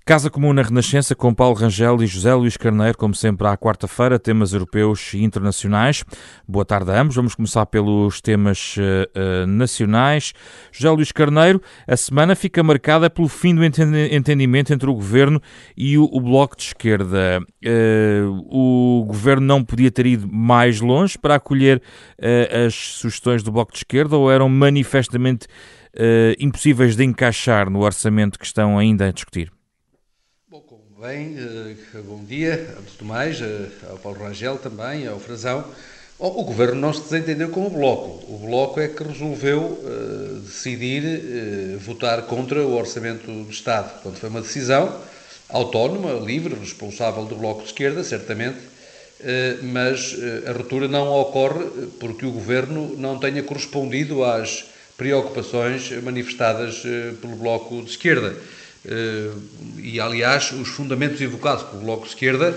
Casa Comum na Renascença com Paulo Rangel e José Luís Carneiro, como sempre à quarta-feira, temas europeus e internacionais. Boa tarde a ambos. Vamos começar pelos temas nacionais. José Luís Carneiro, a semana fica marcada pelo fim do entendimento entre o Governo e o Bloco de Esquerda. O Governo não podia ter ido mais longe para acolher as sugestões do Bloco de Esquerda ou eram manifestamente impossíveis de encaixar no orçamento que estão ainda a discutir? Bem, bom dia, antes de mais, ao Paulo Rangel também, ao Frazão. O Governo não se desentendeu com o Bloco. O Bloco é que resolveu decidir votar contra o Orçamento do Estado. Portanto, foi uma decisão autónoma, livre, responsável do Bloco de Esquerda, certamente, mas a ruptura não ocorre porque o Governo não tenha correspondido às preocupações manifestadas pelo Bloco de Esquerda. E, aliás, os fundamentos evocados pelo Bloco de Esquerda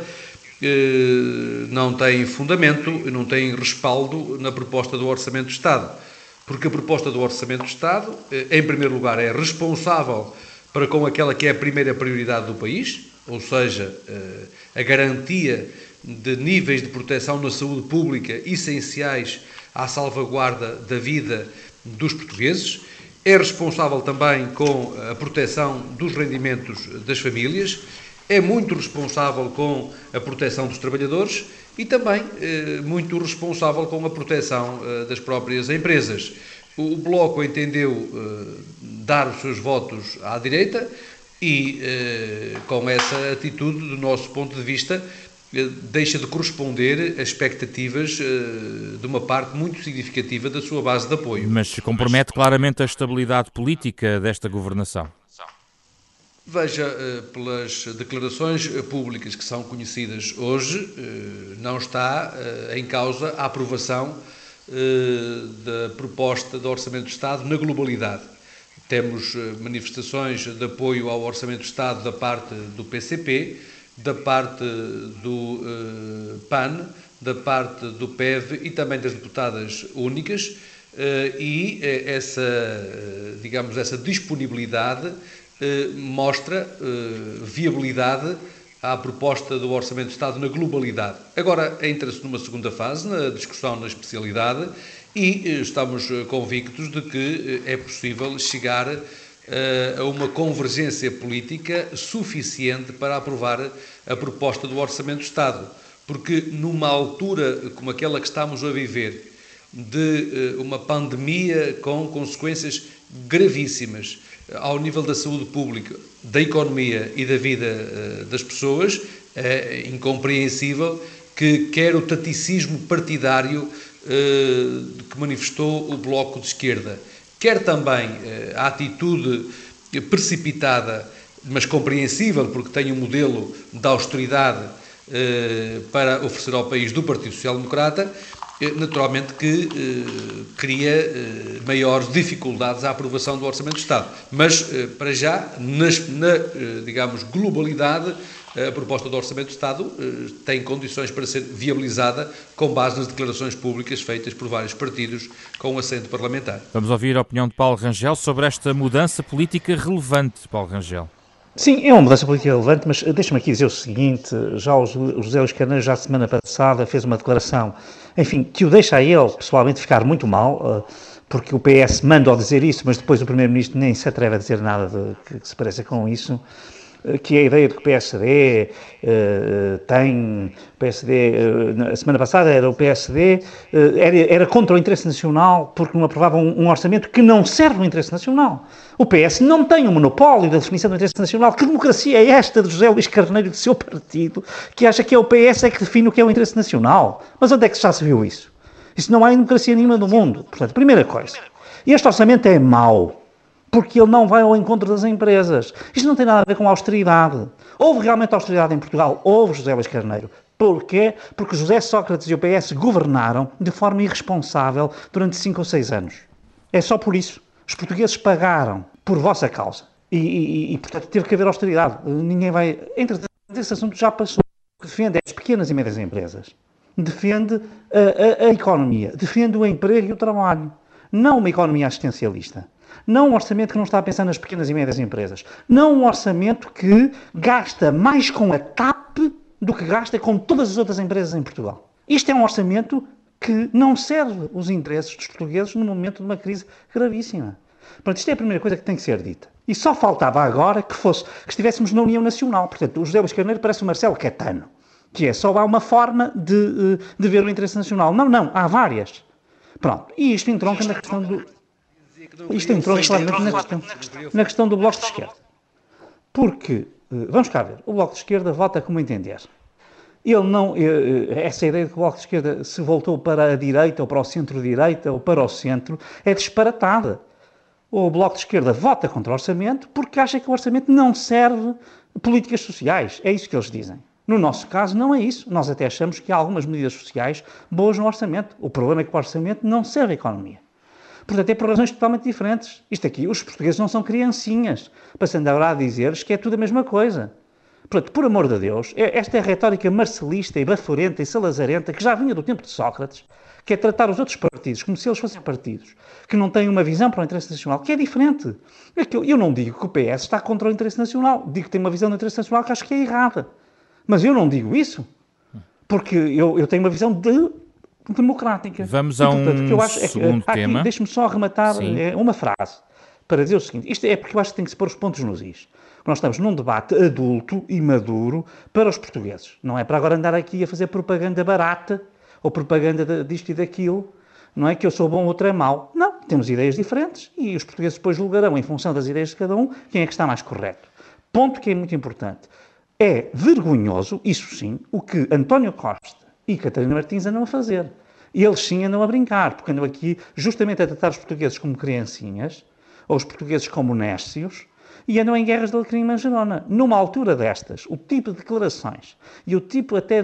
não têm fundamento, não têm respaldo na proposta do Orçamento do Estado. Porque a proposta do Orçamento do Estado, em primeiro lugar, é responsável para com aquela que é a primeira prioridade do país, ou seja, a garantia de níveis de proteção na saúde pública essenciais à salvaguarda da vida dos portugueses. É responsável também com a proteção dos rendimentos das famílias, é muito responsável com a proteção dos trabalhadores e também muito responsável com a proteção das próprias empresas. O Bloco entendeu dar os seus votos à direita e, com essa atitude, do nosso ponto de vista, deixa de corresponder a expectativas de uma parte muito significativa da sua base de apoio. Mas compromete claramente a estabilidade política desta governação. Veja, pelas declarações públicas que são conhecidas hoje, não está em causa a aprovação da proposta do Orçamento do Estado na globalidade. Temos manifestações de apoio ao Orçamento do Estado da parte do PCP, da parte do PAN, da parte do PEV e também das deputadas únicas, e essa disponibilidade mostra viabilidade à proposta do Orçamento de Estado na globalidade. Agora entra-se numa segunda fase, na discussão na especialidade, e estamos convictos de que é possível chegar a uma convergência política suficiente para aprovar a proposta do Orçamento do Estado. Porque numa altura como aquela que estamos a viver, de uma pandemia com consequências gravíssimas ao nível da saúde pública, da economia e da vida das pessoas, é incompreensível que quer o taticismo partidário que manifestou o Bloco de Esquerda, quer também a atitude precipitada, mas compreensível, porque tem um modelo de austeridade para oferecer ao país do Partido Social Democrata, naturalmente que cria maiores dificuldades à aprovação do Orçamento do Estado. Mas, para já, na globalidade, a proposta do Orçamento do Estado tem condições para ser viabilizada com base nas declarações públicas feitas por vários partidos com assento parlamentar. Vamos ouvir a opinião de Paulo Rangel sobre esta mudança política relevante, Paulo Rangel. Sim, é uma mudança política relevante, mas deixa-me aqui dizer o seguinte, já o José Luís Carneiro, já a semana passada, fez uma declaração, enfim, que o deixa a ele, pessoalmente, ficar muito mal, porque o PS manda-o dizer isso, mas depois o Primeiro-Ministro nem se atreve a dizer nada que se pareça com isso, que é a ideia de que o PSD a semana passada era o PSD, era contra o interesse nacional porque não aprovava um orçamento que não serve ao interesse nacional. O PS não tem um monopólio da definição do interesse nacional. Que democracia é esta de José Luís Carneiro e do seu partido, que acha que é o PS que define o que é o interesse nacional? Mas onde é que já se viu isso? Isso não há em democracia nenhuma do mundo. Portanto, primeira coisa, este orçamento é mau, porque ele não vai ao encontro das empresas. Isto não tem nada a ver com austeridade. Houve realmente austeridade em Portugal? Houve, José Luís Carneiro. Porquê? Porque José Sócrates e o PS governaram de forma irresponsável durante 5 ou 6 anos. É só por isso. Os portugueses pagaram por vossa causa. E portanto, teve que haver austeridade. Ninguém vai... Entretanto, esse assunto já passou. Defende as pequenas e médias empresas. Defende a economia. Defende o emprego e o trabalho. Não uma economia assistencialista. Não um orçamento que não está a pensar nas pequenas e médias empresas. Não um orçamento que gasta mais com a TAP do que gasta com todas as outras empresas em Portugal. Isto é um orçamento que não serve os interesses dos portugueses no momento de uma crise gravíssima. Portanto, isto é a primeira coisa que tem que ser dita. E só faltava agora que estivéssemos na União Nacional. Portanto, o José Luís Carneiro parece o Marcelo Caetano, que é só há uma forma de ver o interesse nacional. Não, há várias. Pronto, e isto entronca na questão do... Isto entronca claramente na questão do Bloco de Esquerda. Porque, vamos cá ver, o Bloco de Esquerda vota como entender. Essa ideia de que o Bloco de Esquerda se voltou para a direita, ou para o centro-direita, ou para o centro, é disparatada. O Bloco de Esquerda vota contra o orçamento porque acha que o orçamento não serve políticas sociais. É isso que eles dizem. No nosso caso, não é isso. Nós até achamos que há algumas medidas sociais boas no orçamento. O problema é que o orçamento não serve à economia. Portanto, é por razões totalmente diferentes. Isto aqui, os portugueses não são criancinhas, passando agora a dizer-lhes que é tudo a mesma coisa. Portanto, por amor de Deus, esta é a retórica marcelista e baforenta e salazarenta que já vinha do tempo de Sócrates, que é tratar os outros partidos como se eles fossem partidos que não têm uma visão para o interesse nacional, que é diferente. Eu não digo que o PS está contra o interesse nacional, digo que tem uma visão do interesse nacional que acho que é errada. Mas eu não digo isso, porque eu tenho uma visão democrática. Vamos a segundo tema. Deixe-me só arrematar uma frase para dizer o seguinte. Isto é porque eu acho que tem que se pôr os pontos nos is. Nós estamos num debate adulto e maduro para os portugueses. Não é para agora andar aqui a fazer propaganda barata ou propaganda disto e daquilo. Não é que eu sou bom ou outro é mau. Não, temos ideias diferentes e os portugueses depois julgarão, em função das ideias de cada um, quem é que está mais correto. Ponto que é muito importante. É vergonhoso, isso sim, o que António Costa e Catarina Martins andam a fazer. E eles sim andam a brincar, porque andam aqui justamente a tratar os portugueses como criancinhas, ou os portugueses como nécios, e andam em guerras de alecrim e manjerona. Numa altura destas, o tipo de declarações e o tipo até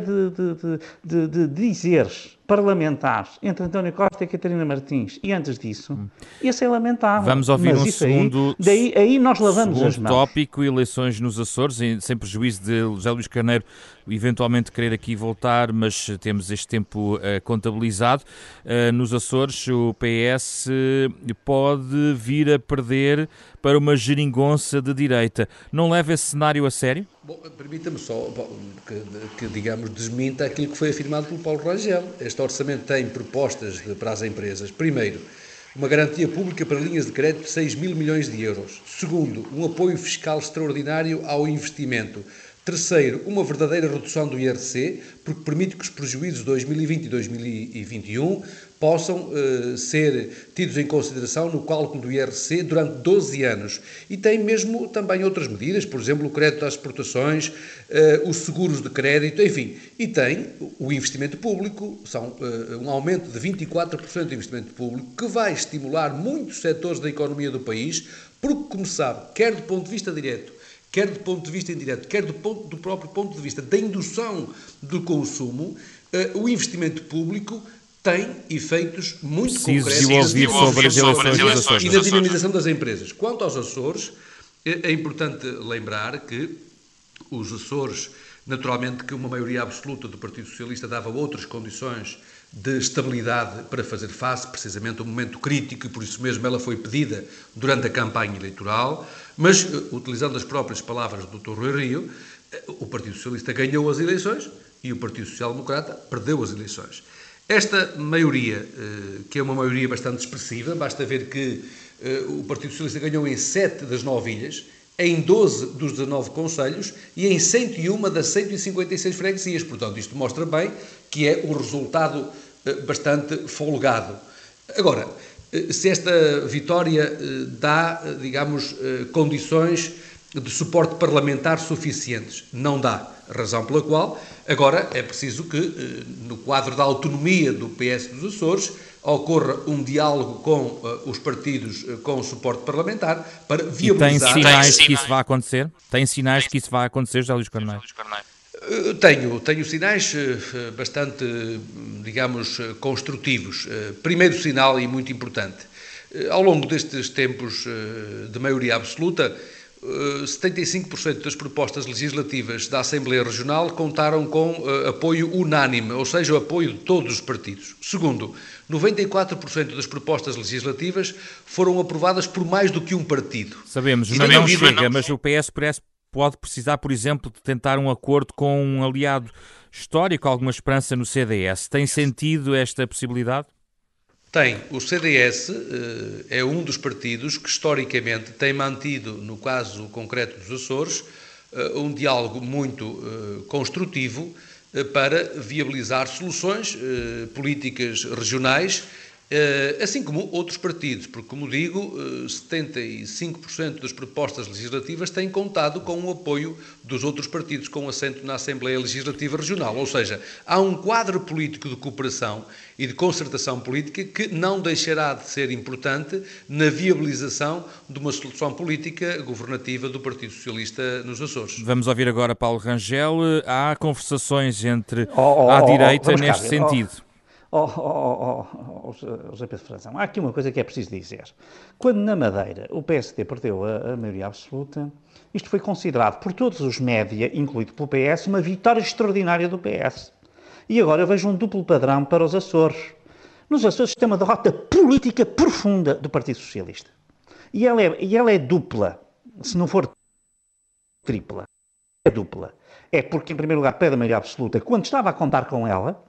de dizeres parlamentares entre António Costa e Catarina Martins, e antes disso, esse é lamentável. Vamos ouvir um segundo, aí nós lavamos as mãos. Tópico, eleições nos Açores, sem prejuízo de José Luís Carneiro eventualmente querer aqui voltar, mas temos este tempo contabilizado. Nos Açores, o PS pode vir a perder para uma geringonça de direita. Não leva esse cenário a sério? Bom, permita-me só que, digamos, desminta aquilo que foi afirmado pelo Paulo Rangel. Este orçamento tem propostas para as empresas. Primeiro, uma garantia pública para linhas de crédito de 6 mil milhões de euros. Segundo, um apoio fiscal extraordinário ao investimento. Terceiro, uma verdadeira redução do IRC, porque permite que os prejuízos de 2020 e 2021 possam ser tidos em consideração no cálculo do IRC durante 12 anos. E tem mesmo também outras medidas, por exemplo, o crédito às exportações, os seguros de crédito, enfim. E tem o investimento público, são um aumento de 24% de investimento público, que vai estimular muitos setores da economia do país, porque, como sabe, quer do ponto de vista direto, quer do ponto de vista indireto, quer do próprio ponto de vista da indução do consumo, o investimento público tem efeitos muito concretos e na dinamização das empresas. Quanto aos Açores, é importante lembrar que os Açores, naturalmente que uma maioria absoluta do Partido Socialista dava outras condições de estabilidade para fazer face precisamente a um momento crítico e por isso mesmo ela foi pedida durante a campanha eleitoral, mas, utilizando as próprias palavras do Dr. Rui Rio, o Partido Socialista ganhou as eleições e o Partido Social Democrata perdeu as eleições. Esta maioria, que é uma maioria bastante expressiva, basta ver que o Partido Socialista ganhou em 7 das 9 ilhas, em 12 dos 19 concelhos e em 101 das 156 freguesias. Portanto, isto mostra bem que é um resultado bastante folgado. Agora, se esta vitória dá, digamos, condições de suporte parlamentar suficientes, não dá. Razão pela qual, agora, é preciso que, no quadro da autonomia do PS dos Açores, ocorra um diálogo com os partidos com suporte parlamentar para viabilizar... E tem sinais que isso vai acontecer? Tem sinais que isso vai acontecer, José Luís Carneiro? Tenho sinais bastante, digamos, construtivos. Primeiro sinal, e muito importante, ao longo destes tempos de maioria absoluta, 75% das propostas legislativas da Assembleia Regional contaram com apoio unânime, ou seja, o apoio de todos os partidos. Segundo, 94% das propostas legislativas foram aprovadas por mais do que um partido. Sabemos, não chega, mas o PS pode precisar, por exemplo, de tentar um acordo com um aliado histórico, alguma esperança no CDS. Tem sentido esta possibilidade? Tem. O CDS é um dos partidos que, historicamente, tem mantido, no caso concreto dos Açores, um diálogo muito construtivo para viabilizar soluções políticas regionais, assim como outros partidos, porque, como digo, 75% das propostas legislativas têm contado com o apoio dos outros partidos com assento na Assembleia Legislativa Regional. Ou seja, há um quadro político de cooperação e de concertação política que não deixará de ser importante na viabilização de uma solução política governativa do Partido Socialista nos Açores. Vamos ouvir agora Paulo Rangel. Há conversações entre a direita neste sentido. José Pedro Frazão, há aqui uma coisa que é preciso dizer. Quando na Madeira o PSD perdeu a maioria absoluta, isto foi considerado por todos os média, incluído pelo PS, uma vitória extraordinária do PS. E agora eu vejo um duplo padrão para os Açores. Nos Açores tem uma derrota política profunda do Partido Socialista. E ela é dupla, se não for tripla. É dupla. É porque, em primeiro lugar, perde a maioria absoluta quando estava a contar com ela.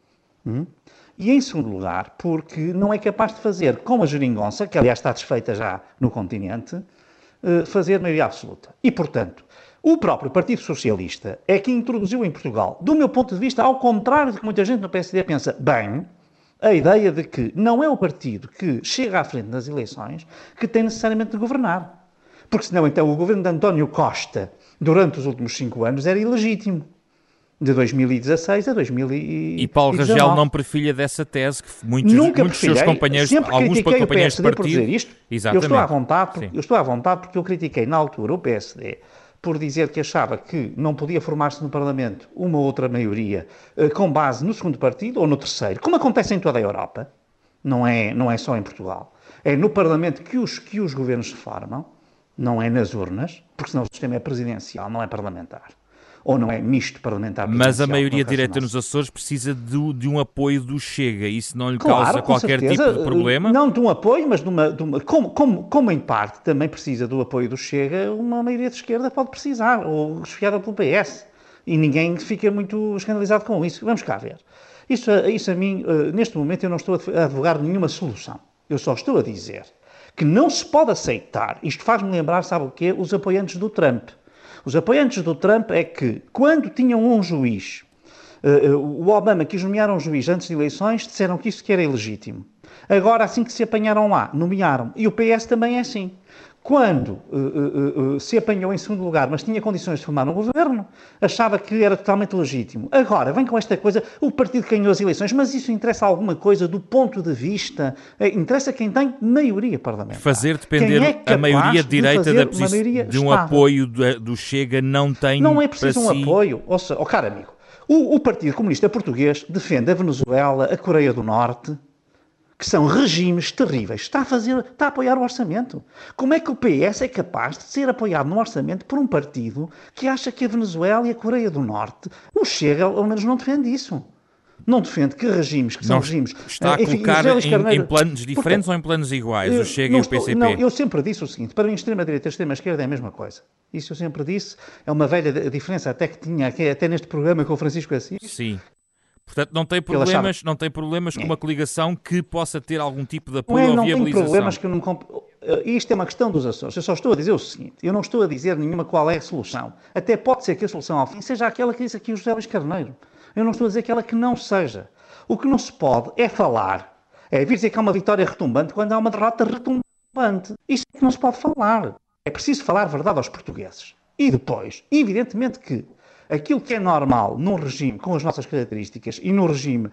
E, em segundo lugar, porque não é capaz de fazer, como a geringonça, que aliás está desfeita já no continente, fazer maioria absoluta. E, portanto, o próprio Partido Socialista é que introduziu em Portugal, do meu ponto de vista, ao contrário do que muita gente no PSD pensa, bem, a ideia de que não é o partido que chega à frente nas eleições que tem necessariamente de governar. Porque senão, então, o governo de António Costa, durante os últimos 5 anos, era ilegítimo. De 2016 a 2019. E Paulo Rangel não perfilha dessa tese que muitos dos seus companheiros, alguns companheiros de partido... Por dizer isto. Exatamente. Eu estou à vontade porque eu critiquei na altura o PSD por dizer que achava que não podia formar-se no Parlamento uma outra maioria com base no segundo partido ou no terceiro, como acontece em toda a Europa, não é só em Portugal. É no Parlamento que os governos se formam, não é nas urnas, porque senão o sistema é presidencial, não é parlamentar. Ou não é misto parlamentar. Mas a maioria direita nos Açores precisa de um apoio do Chega. Isso não lhe causa qualquer tipo de problema? Não de um apoio, mas como em parte também precisa do apoio do Chega, uma maioria de esquerda pode precisar, ou esfiada pelo PS. E ninguém fica muito escandalizado com isso. Vamos cá ver. Isso a mim, neste momento, eu não estou a advogar nenhuma solução. Eu só estou a dizer que não se pode aceitar, isto faz-me lembrar, sabe o quê? Os apoiantes do Trump. Os apoiantes do Trump é que, quando tinham um juiz, o Obama quis nomear um juiz antes de eleições, disseram que isso que era ilegítimo. Agora, assim que se apanharam lá, nomearam. E o PS também é assim. Quando se apanhou em segundo lugar, mas tinha condições de formar um governo, achava que era totalmente legítimo. Agora, vem com esta coisa, o partido ganhou as eleições, mas isso interessa alguma coisa do ponto de vista... Interessa quem tem maioria parlamentar. Fazer depender a maioria de direita de um apoio do Chega não tem... Não é preciso um apoio. Ouça, caro amigo, o Partido Comunista Português defende a Venezuela, a Coreia do Norte... que são regimes terríveis, está a apoiar o orçamento. Como é que o PS é capaz de ser apoiado no orçamento por um partido que acha que a Venezuela e a Coreia do Norte, o Chega, ao menos não defende isso. Não defende que regimes, que são regimes... Está a colocar em planos diferentes ou em planos iguais, o Chega e o PCP? Não, eu sempre disse o seguinte, para mim extrema-direita e extrema-esquerda é a mesma coisa. Isso eu sempre disse, é uma velha diferença até que tinha até neste programa com o Francisco Assis. Sim. Portanto, não tem problemas com uma coligação que possa ter algum tipo de apoio ou viabilização. Não tem problemas que eu não... Isto é uma questão dos Açores. Eu só estou a dizer o seguinte. Eu não estou a dizer nenhuma qual é a solução. Até pode ser que a solução ao fim seja aquela que disse aqui o José Luís Carneiro. Eu não estou a dizer aquela que não seja. O que não se pode é falar. É vir dizer que há uma vitória retumbante quando há uma derrota retumbante. Isto é que não se pode falar. É preciso falar a verdade aos portugueses. E depois, evidentemente que aquilo que é normal num regime com as nossas características e no regime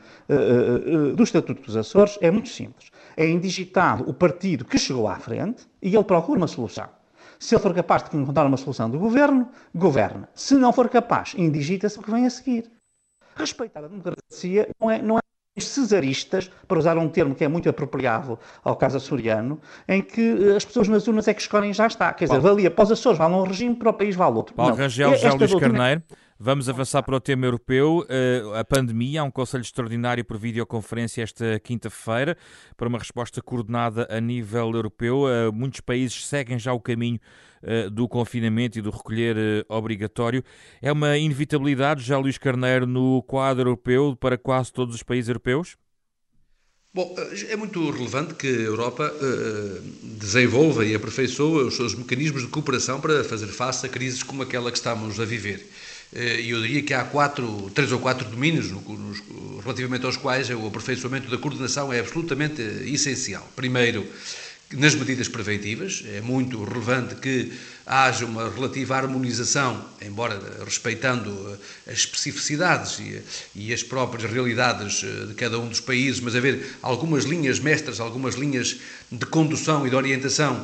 do Estatuto dos Açores é muito simples. É indigitado o partido que chegou à frente e ele procura uma solução. Se ele for capaz de encontrar uma solução do governo, governa. Se não for capaz, indigita-se o que vem a seguir. Respeitar a democracia não é cesaristas, para usar um termo que é muito apropriado ao caso açoriano, em que as pessoas nas urnas é que escolhem e já está. Quer dizer, valia para os Açores, vale um regime, para o país vale outro. Paulo Rangel, José Luís doutrina... Carneiro, vamos avançar para o tema europeu. A pandemia, há um Conselho Extraordinário por videoconferência esta quinta-feira para uma resposta coordenada a nível europeu. Muitos países seguem já o caminho do confinamento e do recolher obrigatório. É uma inevitabilidade, José Luís Carneiro, no quadro europeu para quase todos os países europeus? Bom, é muito relevante que a Europa desenvolva e aperfeiçoe os seus mecanismos de cooperação para fazer face a crises como aquela que estamos a viver. E eu diria que há 3 ou 4 domínios relativamente aos quais o aperfeiçoamento da coordenação é absolutamente essencial. Primeiro, nas medidas preventivas, é muito relevante que haja uma relativa harmonização, embora respeitando as especificidades e as próprias realidades de cada um dos países, mas haver algumas linhas mestras, algumas linhas de condução e de orientação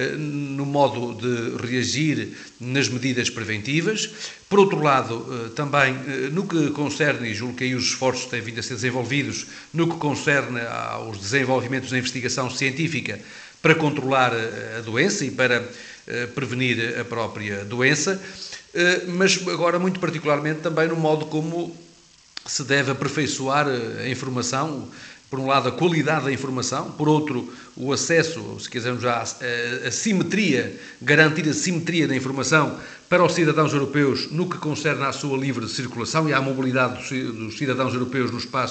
no modo de reagir nas medidas preventivas. Por outro lado, também no que concerne, e julgo que aí os esforços têm vindo a ser desenvolvidos, no que concerne aos desenvolvimentos da investigação científica, para controlar a doença e para prevenir a própria doença, mas agora muito particularmente também no modo como se deve aperfeiçoar a informação, por um lado a qualidade da informação, por outro o acesso, se quisermos já, a simetria, garantir a simetria da informação para os cidadãos europeus no que concerne à sua livre circulação e à mobilidade dos cidadãos europeus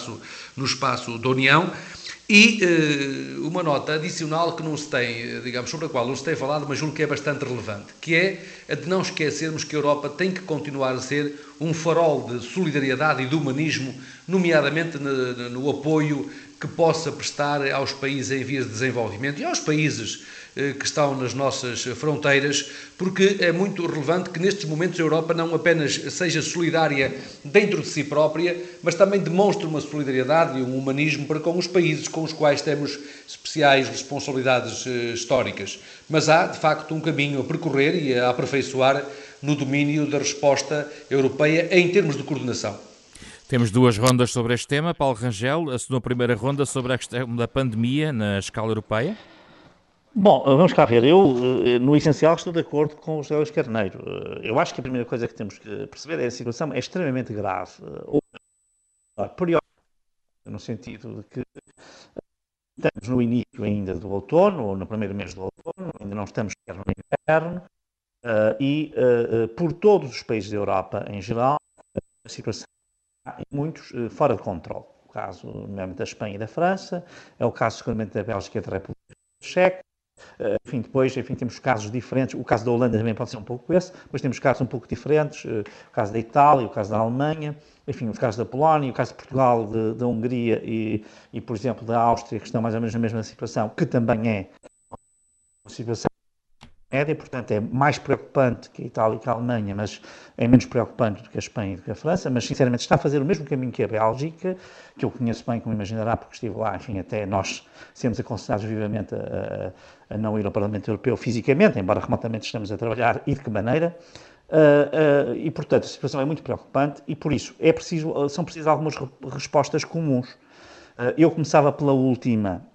no espaço da União. E uma nota adicional que não se tem, digamos, sobre a qual não se tem falado, mas julgo que é bastante relevante, que é a de não esquecermos que a Europa tem que continuar a ser um farol de solidariedade e de humanismo, nomeadamente no apoio que possa prestar aos países em vias de desenvolvimento e aos países que estão nas nossas fronteiras, porque é muito relevante que nestes momentos a Europa não apenas seja solidária dentro de si própria, mas também demonstre uma solidariedade e um humanismo para com os países com os quais temos especiais responsabilidades históricas. Mas há, de facto, um caminho a percorrer e a aperfeiçoar no domínio da resposta europeia em termos de coordenação. Temos 2 rondas sobre este tema. Paulo Rangel, a sua primeira ronda sobre a questão da pandemia na escala europeia. Bom, vamos cá ver. Eu, no essencial, estou de acordo com o José Luís Carneiro. Eu acho que a primeira coisa que temos que perceber é que a situação é extremamente grave. No sentido de que estamos no início ainda do outono, ou no primeiro mês do outono, ainda não estamos sequer no inverno, e por todos os países da Europa em geral, a situação está em muitos fora de controle. O caso, nomeadamente, da Espanha e da França, é o caso, seguramente, da Bélgica e da República Checa. Depois temos casos diferentes. O caso da Holanda também pode ser um pouco esse, depois temos casos um pouco diferentes, o caso da Itália, o caso da Alemanha, enfim, o caso da Polónia, o caso de Portugal, da Hungria e, por exemplo, da Áustria, que estão mais ou menos na mesma situação, que também é uma situação média, portanto é mais preocupante que a Itália e que a Alemanha, mas é menos preocupante do que a Espanha e do que a França, mas sinceramente está a fazer o mesmo caminho que a Bélgica, que eu conheço bem, como imaginará, porque estive lá, enfim, até nós sermos aconselhados vivamente a não ir ao Parlamento Europeu fisicamente, embora remotamente estamos a trabalhar, e de que maneira. E, portanto, a situação é muito preocupante e, por isso, são precisas algumas respostas comuns. Eu começava pela última,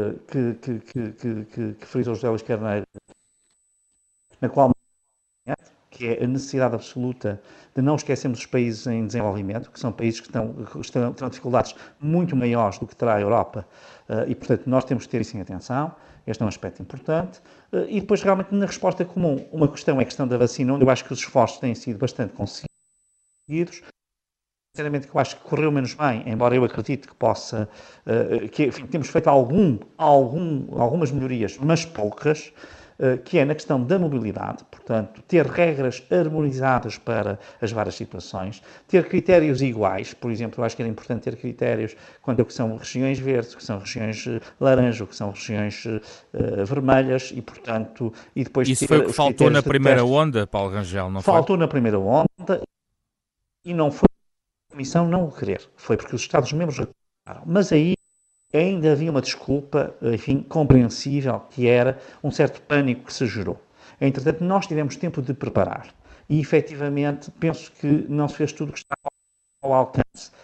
que frisou José Luís Carneiro, na qual que é a necessidade absoluta de não esquecermos os países em desenvolvimento, que são países que terão dificuldades muito maiores do que terá a Europa, e, portanto, nós temos que ter isso em atenção. Este é um aspecto importante. E depois, realmente, na resposta comum, uma questão é a questão da vacina, onde eu acho que os esforços têm sido bastante conseguidos. Sinceramente, que eu acho que correu menos bem, embora eu acredite que possa, enfim, temos feito algumas melhorias, mas poucas, que é na questão da mobilidade, portanto, ter regras harmonizadas para as várias situações, ter critérios iguais, por exemplo, eu acho que era importante ter critérios quanto ao que são regiões verdes, o que são regiões laranja, o que são regiões vermelhas e, portanto, e depois... Isso foi o que faltou na primeira onda, Paulo Rangel, não foi? Faltou na primeira onda e não foi a Comissão não o querer, foi porque os Estados-membros reclamaram, mas aí ainda havia uma desculpa, enfim, compreensível, que era um certo pânico que se gerou. Entretanto, nós tivemos tempo de preparar e, efetivamente, penso que não se fez tudo o que estava ao alcance.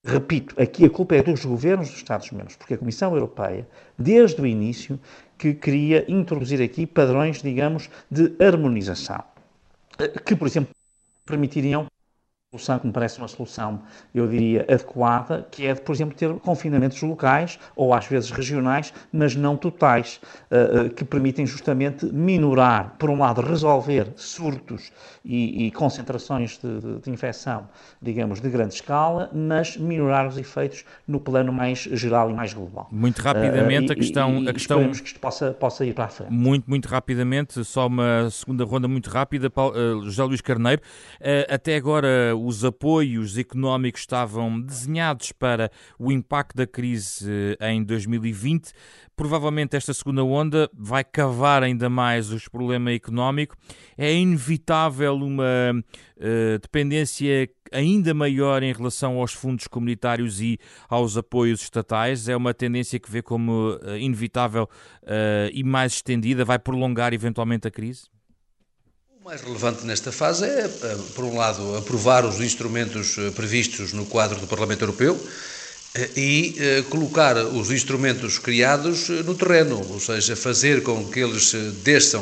repito, aqui a culpa é dos governos dos Estados-membros, porque a Comissão Europeia, desde o início, que queria introduzir aqui padrões, digamos, de harmonização, que, por exemplo, permitiriam solução que me parece uma solução, eu diria, adequada, que é, por exemplo, ter confinamentos locais, ou às vezes regionais, mas não totais, que permitem justamente minorar, por um lado, resolver surtos e concentrações de infecção, digamos, de grande escala, mas minorar os efeitos no plano mais geral e mais global. Muito rapidamente, a questão... Esperemos que isto possa ir para a frente. Muito rapidamente, só uma segunda ronda muito rápida. José Luís Carneiro, até agora os apoios económicos estavam desenhados para o impacto da crise em 2020. Provavelmente esta segunda onda vai cavar ainda mais o problema económico. É inevitável uma dependência ainda maior em relação aos fundos comunitários e aos apoios estatais. É uma tendência que vê como inevitável e mais estendida, vai prolongar eventualmente a crise? O mais relevante nesta fase é, por um lado, aprovar os instrumentos previstos no quadro do Parlamento Europeu e colocar os instrumentos criados no terreno, ou seja, fazer com que eles desçam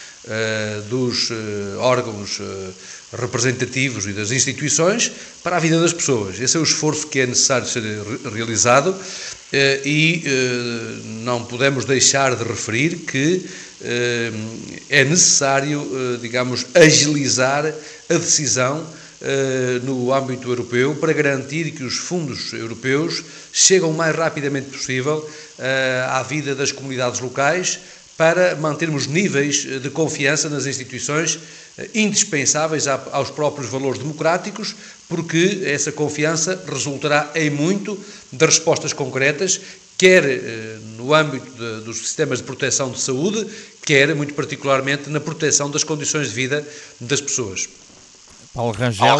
dos órgãos representativos e das instituições para a vida das pessoas. Esse é o esforço que é necessário ser realizado e não podemos deixar de referir que é necessário, digamos, agilizar a decisão no âmbito europeu para garantir que os fundos europeus chegam o mais rapidamente possível à vida das comunidades locais para mantermos níveis de confiança nas instituições indispensáveis aos próprios valores democráticos, porque essa confiança resultará em muito de respostas concretas, quer no âmbito dos sistemas de proteção de saúde, quer, muito particularmente, na proteção das condições de vida das pessoas. Paulo Rangel.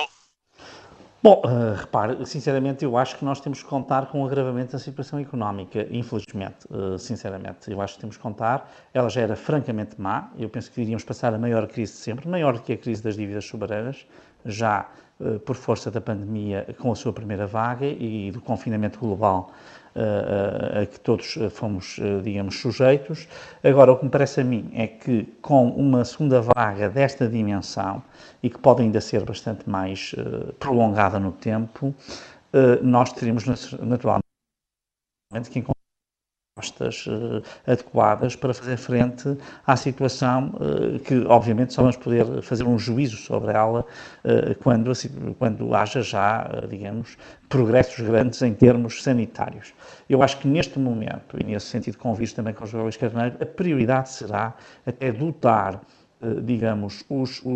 Bom, repare, sinceramente, eu acho que nós temos que contar com o agravamento da situação económica, infelizmente, sinceramente. Eu acho que temos que contar. Ela já era francamente má. Eu penso que iríamos passar a maior crise de sempre, maior do que a crise das dívidas soberanas, já por força da pandemia com a sua primeira vaga e do confinamento global a que todos fomos, digamos, sujeitos. Agora, o que me parece a mim é que com uma segunda vaga desta dimensão, e que pode ainda ser bastante mais prolongada no tempo, nós teríamos naturalmente que encontrar respostas adequadas para fazer frente à situação que, obviamente, só vamos poder fazer um juízo sobre ela quando haja já, digamos, progressos grandes em termos sanitários. Eu acho que neste momento, e nesse sentido convido também com o José Luís Carneiro, a prioridade será até dotar, digamos,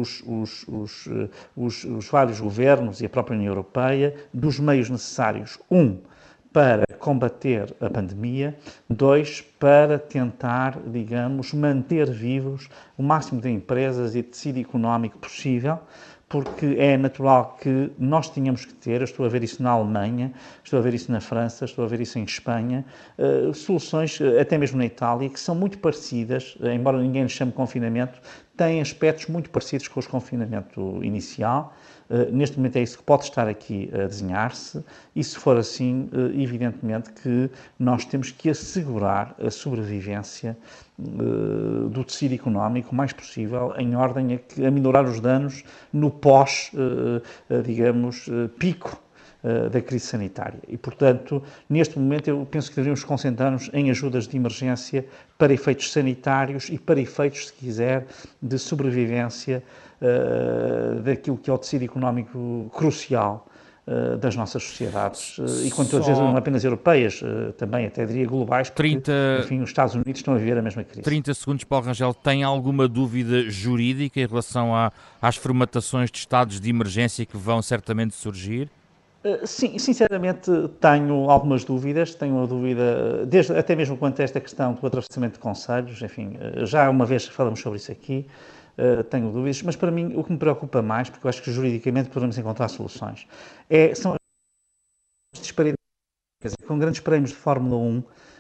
os vários governos e a própria União Europeia dos meios necessários, para combater a pandemia, 2, para tentar, digamos, manter vivos o máximo de empresas e de tecido económico possível, porque é natural que nós tínhamos que ter, eu estou a ver isso na Alemanha, estou a ver isso na França, estou a ver isso em Espanha, soluções, até mesmo na Itália, que são muito parecidas, embora ninguém lhes chame confinamento, têm aspectos muito parecidos com o confinamento inicial. Neste momento é isso que pode estar aqui a desenhar-se, e se for assim, evidentemente que nós temos que assegurar a sobrevivência do tecido económico o mais possível, em ordem a minorar os danos no pós, digamos, pico da crise sanitária. E, portanto, neste momento eu penso que deveríamos concentrar-nos em ajudas de emergência para efeitos sanitários e para efeitos, se quiser, de sobrevivência daquilo que é o tecido económico crucial das nossas sociedades, e quanto às vezes não apenas europeias, também até diria globais, porque, enfim, os Estados Unidos estão a viver a mesma crise. 30 segundos, Paulo Rangel. Tem alguma dúvida jurídica em relação às formatações de estados de emergência que vão certamente surgir? Sim, sinceramente tenho algumas dúvidas, tenho a dúvida, até mesmo quanto a esta questão do atravessamento de concelhos, enfim, já uma vez falamos sobre isso aqui, tenho dúvidas, mas para mim o que me preocupa mais, porque eu acho que juridicamente podemos encontrar soluções, são as disparidades, com grandes prémios de Fórmula 1,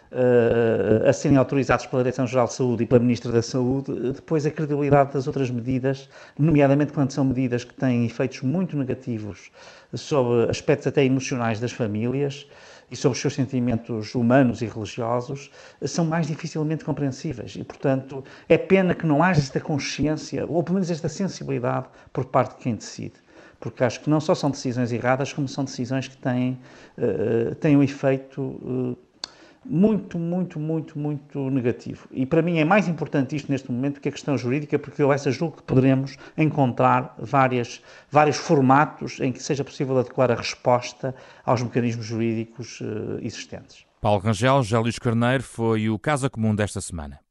a serem autorizados pela Direção-Geral de Saúde e pela Ministra da Saúde, depois a credibilidade das outras medidas, nomeadamente quando são medidas que têm efeitos muito negativos sobre aspectos até emocionais das famílias e sobre os seus sentimentos humanos e religiosos, são mais dificilmente compreensíveis. E, portanto, é pena que não haja esta consciência, ou pelo menos esta sensibilidade, por parte de quem decide. Porque acho que não só são decisões erradas, como são decisões que têm um efeito muito negativo. E para mim é mais importante isto neste momento que a questão jurídica, porque eu julgo que poderemos encontrar vários formatos em que seja possível adequar a resposta aos mecanismos jurídicos existentes. Paulo Rangel, José Luís Carneiro, foi o Casa Comum desta semana.